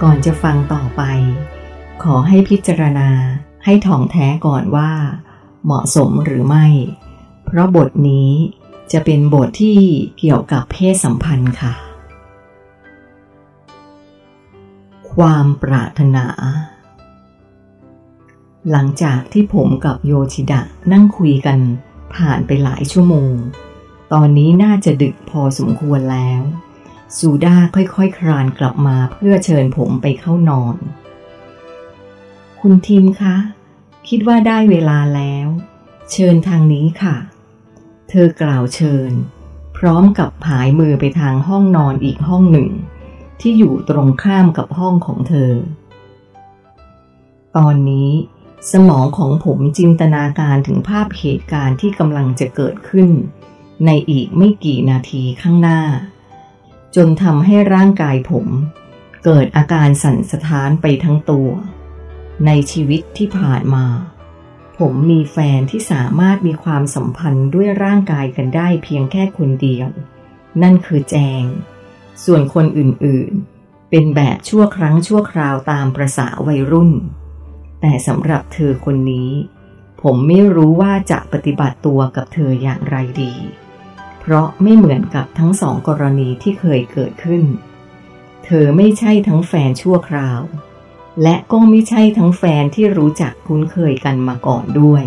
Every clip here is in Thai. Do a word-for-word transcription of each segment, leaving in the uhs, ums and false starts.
ก่อนจะฟังต่อไปขอให้พิจารณาให้ถ่องแท้ก่อนว่าเหมาะสมหรือไม่เพราะบทนี้จะเป็นบทที่เกี่ยวกับเพศสัมพันธ์ค่ะความปรารถนาหลังจากที่ผมกับโยชิดะนั่งคุยกันผ่านไปหลายชั่วโมงตอนนี้น่าจะดึกพอสมควรแล้วซูด้าค่อยๆ ค, คลานกลับมาเพื่อเชิญผมไปเข้านอนคุณทิมคะคิดว่าได้เวลาแล้วเชิญทางนี้ค่ะเธอกล่าวเชิญพร้อมกับผายมือไปทางห้องนอนอีกห้องหนึ่งที่อยู่ตรงข้ามกับห้องของเธอตอนนี้สมองของผมจินตนาการถึงภาพเหตุการณ์ที่กำลังจะเกิดขึ้นในอีกไม่กี่นาทีข้างหน้าจนทำให้ร่างกายผมเกิดอาการสั่นสะท้านไปทั้งตัวในชีวิตที่ผ่านมาผมมีแฟนที่สามารถมีความสัมพันธ์ด้วยร่างกายกันได้เพียงแค่คนเดียวนั่นคือแจงส่วนคนอื่นๆเป็นแบบชั่วครั้งชั่วคราวตามประสาวัยรุ่นแต่สำหรับเธอคนนี้ผมไม่รู้ว่าจะปฏิบัติตัวกับเธออย่างไรดีเพราะไม่เหมือนกับทั้งสองกรณีที่เคยเกิดขึ้นเธอไม่ใช่ทั้งแฟนชั่วคราวและก็ไม่ใช่ทั้งแฟนที่รู้จักคุ้นเคยกันมาก่อนด้วย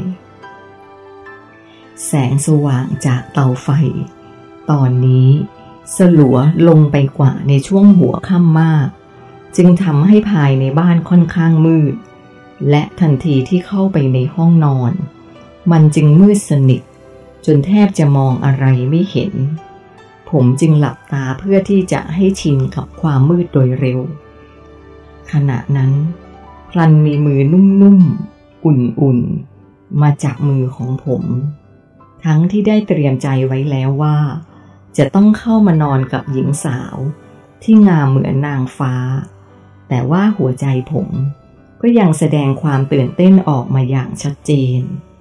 แสงสว่างจากเตาไฟตอนนี้สลัวลงไปกว่าในช่วงหัวค่ำมากจึงทำให้ภายในบ้านค่อนข้างมืดและทันทีที่เข้าไปในห้องนอนมันจึงมืดสนิทจนแทบจะมองอะไรไม่เห็นผมจึงหลับตาเพื่อที่จะให้ชินกับความมืดโดยเร็วขณะนั้นพลันมีมือนุ่มๆอุ่นๆมาจับมือของผมทั้งที่ได้เตรียมใจไว้แล้วว่าจะต้องเข้ามานอนกับหญิงสาวที่งามเหมือนนางฟ้าแต่ว่าหัวใจผมก็ยังแสดงความตื่นเต้นออกมาอย่างชัดเจน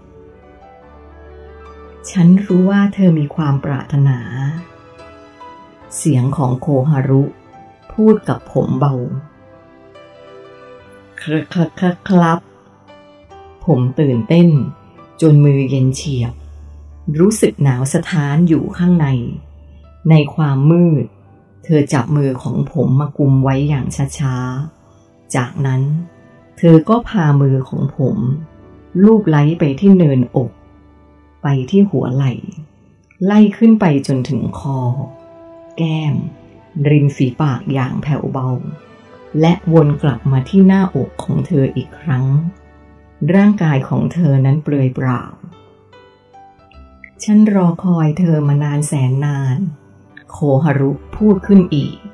ฉันรู้ว่าเธอมีความปรารถนาเสียงของโคฮารุพูดกับผมเบาครับครับครับผมตื่นเต้นจนมือเย็นเฉียบรู้สึกหนาวสะท้านอยู่ข้างในในความมืดเธอจับมือของผมมากุมไว้อย่างช้าๆจากนั้นเธอก็พามือของผมลูบไล้ไปที่เนินอกไปที่หัวไหล่ไล่ขึ้นไปจนถึงคอแก้มริมฝีปากอย่างแผ่วเบาและวนกลับมาที่หน้าอกของเธออีกครั้งร่างกายของเธอนั้นเปลือยเปล่าฉันรอคอยเธอมานานแสนนานโคฮารุพูดขึ้นอีก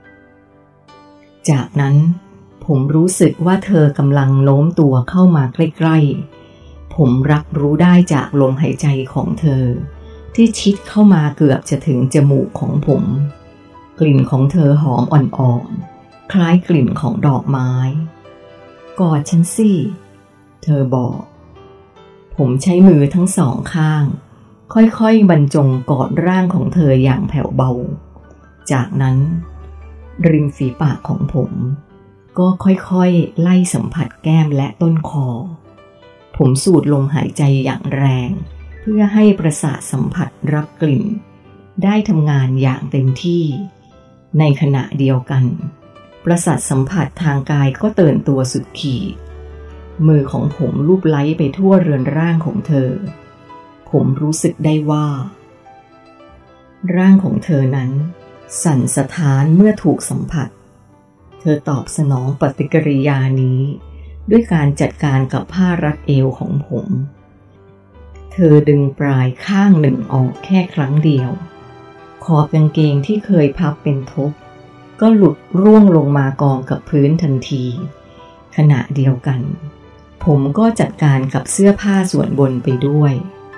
จากนั้นผมรู้สึกว่าเธอกำลังโน้มตัวเข้ามาใกล้ๆผมรับรู้ได้จากลมหายใจของเธอที่ชิดเข้ามาเกือบจะถึงจมูกของผมกลิ่นของเธอหอมอ่อนๆคล้ายกลิ่นของดอกไม้กอดฉันสิเธอบอกผมใช้มือทั้งสองข้างค่อยๆบรรจงกอดร่างของเธออย่างแผ่วเบาจากนั้นริมฝีปากของผมก็ค่อยๆไล่สัมผัสแก้มและต้นคอผมสูดลมหายใจอย่างแรงเพื่อให้ประสาทสัมผัสรับกลิ่นได้ทำงานอย่างเต็มที่ในขณะเดียวกันประสาทสัมผัสทางกายก็ตื่นตัวสุดขีดมือของผมลูบไล้ไปทั่วเรือนร่างของเธอผมรู้สึกได้ว่าร่างของเธอนั้นสั่นสะท้านเมื่อถูกสัมผัสเธอตอบสนองปฏิกิริยานี้ด้วยการจัดการกับผ้ารัดเอวของผมเธอดึงปลายข้างหนึ่งออกแค่ครั้งเดียวขอบกางเกงที่เคยพับเป็นทบก็หลุดร่วงลงมากองกับพื้นทันทีขณะเดียวกันผมก็จัดการกับเสื้อผ้าส่วนบนไปด้วย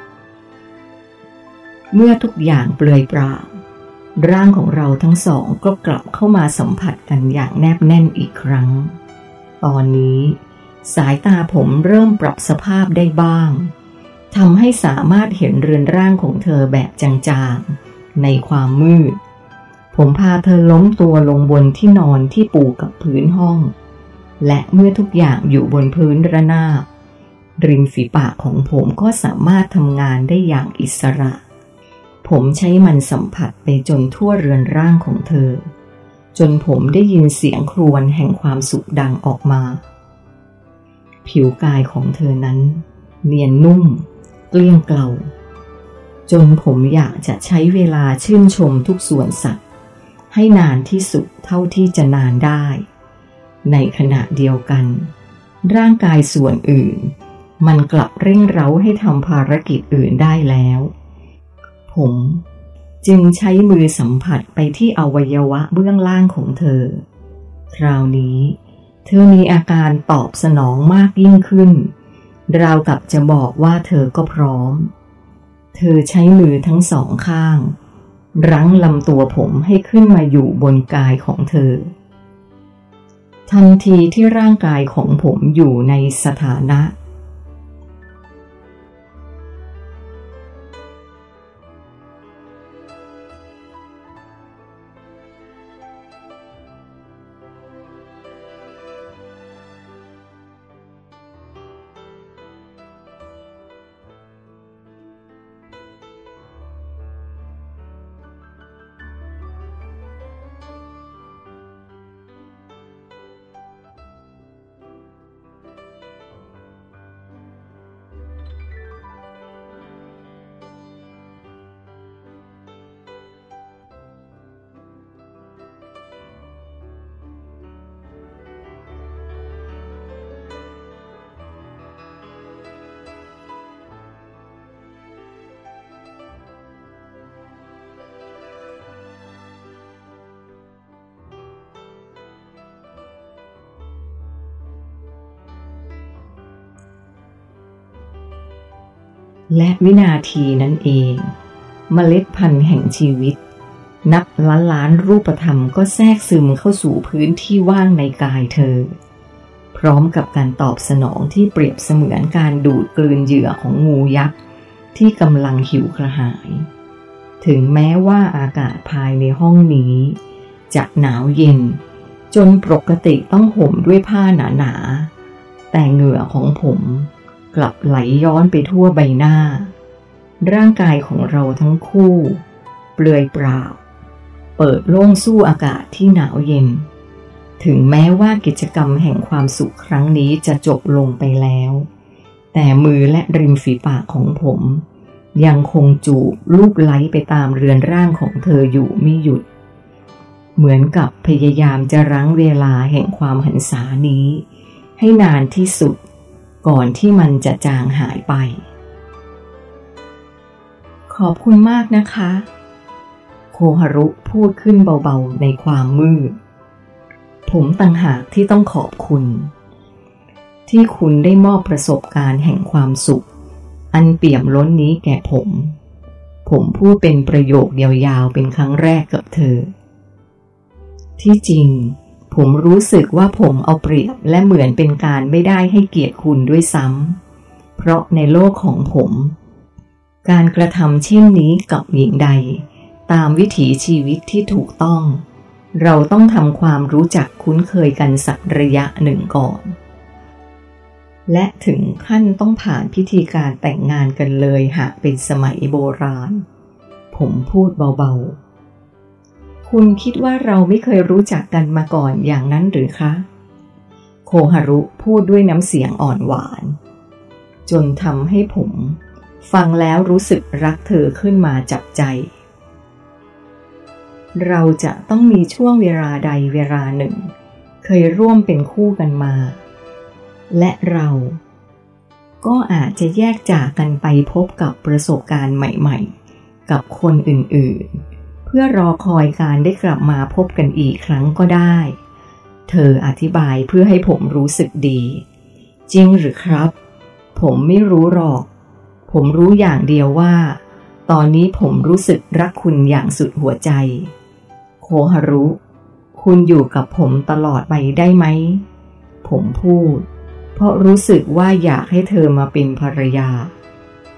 เมื่อทุกอย่างเปลือยเปล่าร่างของเราทั้งสองก็กลับเข้ามาสัมผัสกันอย่างแนบแน่นอีกครั้งตอนนี้สายตาผมเริ่มปรับสภาพได้บ้างทำให้สามารถเห็นเรือนร่างของเธอแบบจางๆในความมืดผมพาเธอล้มตัวลงบนที่นอนที่ปูกับพื้นห้องและเมื่อทุกอย่างอยู่บนพื้นระนาบริมฝีปากของผมก็สามารถทำงานได้อย่างอิสระผมใช้มันสัมผัสไปจนทั่วเรือนร่างของเธอจนผมได้ยินเสียงครวญแห่งความสุขดังออกมาผิวกายของเธอนั้นเนียนนุ่มเกลี้ยงเกลาจนผมอยากจะใช้เวลาชื่นชมทุกส่วนสัตว์ให้นานที่สุดเท่าที่จะนานได้ในขณะเดียวกันร่างกายส่วนอื่นมันกลับเร่งเร้าให้ทำภารกิจอื่นได้แล้วผมจึงใช้มือสัมผัสไปที่อวัยวะเบื้องล่างของเธอคราวนี้เธอมีอาการตอบสนองมากยิ่งขึ้นราวกับจะบอกว่าเธอก็พร้อมเธอใช้มือทั้งสองข้างรั้งลำตัวผมให้ขึ้นมาอยู่บนกายของเธอทันทีที่ร่างกายของผมอยู่ในสถานะและวินาทีนั้นเองเมล็ดพันธุ์แห่งชีวิตนับล้านล้านรูปธรรมก็แทรกซึมเข้าสู่พื้นที่ว่างในกายเธอพร้อมกับการตอบสนองที่เปรียบเสมือนการดูดกลืนเหยื่อของงูยักษ์ที่กำลังหิวกระหายถึงแม้ว่าอากาศภายในห้องนี้จะหนาวเย็นจนปกติต้องห่มด้วยผ้าหนาๆแต่เหงื่อของผมกลับไหลย้อนไปทั่วใบหน้าร่างกายของเราทั้งคู่เปลือยเปล่าเปิดโล่งสู้อากาศที่หนาวเย็นถึงแม้ว่ากิจกรรมแห่งความสุขครั้งนี้จะจบลงไปแล้วแต่มือและริมฝีปากของผมยังคงจูบลูบไล้ไปตามเรือนร่างของเธออยู่ไม่หยุดเหมือนกับพยายามจะรั้งเวลาแห่งความหันษานี้ให้นานที่สุดก่อนที่มันจะจางหายไปขอบคุณมากนะคะโคฮารุพูดขึ้นเบาๆในความมืดผมต่างหากที่ต้องขอบคุณที่คุณได้มอบประสบการณ์แห่งความสุขอันเปี่ยมล้นนี้แก่ผมผมพูดเป็นประโยคยาวๆเป็นครั้งแรกกับเธอที่จริงผมรู้สึกว่าผมเอาเปรียบและเหมือนเป็นการไม่ได้ให้เกียรติคุณด้วยซ้ำเพราะในโลกของผมการกระทำเช่นนี้กับหญิงใดตามวิถีชีวิตที่ถูกต้องเราต้องทำความรู้จักคุ้นเคยกันสักระยะหนึ่งก่อนและถึงขั้นต้องผ่านพิธีการแต่งงานกันเลยหากเป็นสมัยโบราณผมพูดเบาๆคุณคิดว่าเราไม่เคยรู้จักกันมาก่อนอย่างนั้นหรือคะโคฮารุพูดด้วยน้ำเสียงอ่อนหวานจนทำให้ผมฟังแล้วรู้สึกรักเธอขึ้นมาจับใจเราจะต้องมีช่วงเวลาใดเวลาหนึ่งเคยร่วมเป็นคู่กันมาและเราก็อาจจะแยกจากกันไปพบกับประสบการณ์ใหม่ๆกับคนอื่นๆเพื่อรอคอยการได้กลับมาพบกันอีกครั้งก็ได้เธออธิบายเพื่อให้ผมรู้สึกดีจริงหรือครับผมไม่รู้หรอกผมรู้อย่างเดียวว่าตอนนี้ผมรู้สึกรักคุณอย่างสุดหัวใจโคฮารุคุณอยู่กับผมตลอดไปได้ไหมผมพูดเพราะรู้สึกว่าอยากให้เธอมาเป็นภรรยา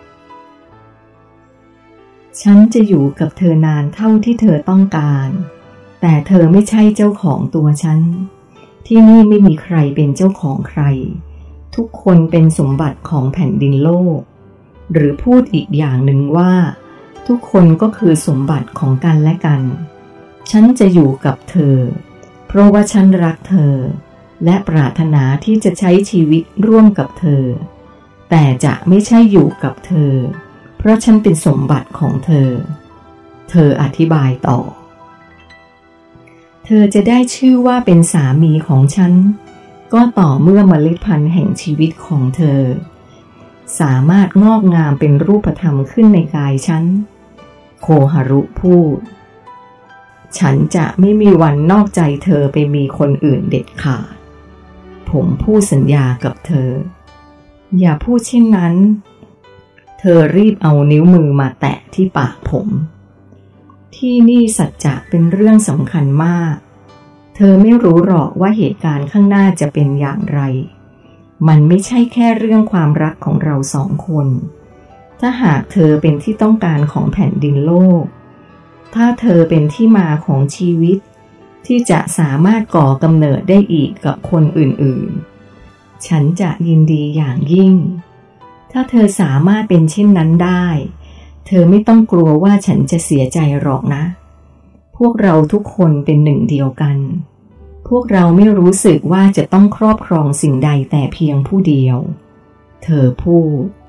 ฉันจะอยู่กับเธอนานเท่าที่เธอต้องการแต่เธอไม่ใช่เจ้าของตัวฉันที่นี่ไม่มีใครเป็นเจ้าของใครทุกคนเป็นสมบัติของแผ่นดินโลกหรือพูดอีกอย่างหนึ่งว่าทุกคนก็คือสมบัติของกันและกันฉันจะอยู่กับเธอเพราะว่าฉันรักเธอและปรารถนาที่จะใช้ชีวิตร่วมกับเธอแต่จะไม่ใช่อยู่กับเธอเพราะฉันเป็นสมบัติของเธอเธออธิบายต่อเธอจะได้ชื่อว่าเป็นสามีของฉันก็ต่อเมื่อเมล็ดพันธุ์แห่งชีวิตของเธอสามารถงอกงามเป็นรูปธรรมขึ้นในกายฉันโคฮารุพูดฉันจะไม่มีวันนอกใจเธอไปมีคนอื่นเด็ดขาดผมพูดสัญญากับเธออย่าพูดเช่นนั้นเธอรีบเอานิ้วมือมาแตะที่ปากผมที่นี่สัจจะเป็นเรื่องสำคัญมากเธอไม่รู้หรอกว่าเหตุการณ์ข้างหน้าจะเป็นอย่างไรมันไม่ใช่แค่เรื่องความรักของเราสองคนถ้าหากเธอเป็นที่ต้องการของแผ่นดินโลกถ้าเธอเป็นที่มาของชีวิตที่จะสามารถก่อกำเนิดได้อีกกับคนอื่นๆฉันจะยินดีอย่างยิ่งถ้าเธอสามารถเป็นเช่นนั้นได้เธอไม่ต้องกลัวว่าฉันจะเสียใจหรอกนะพวกเราทุกคนเป็นหนึ่งเดียวกันพวกเราไม่รู้สึกว่าจะต้องครอบครองสิ่งใดแต่เพียงผู้เดียวเธอพูด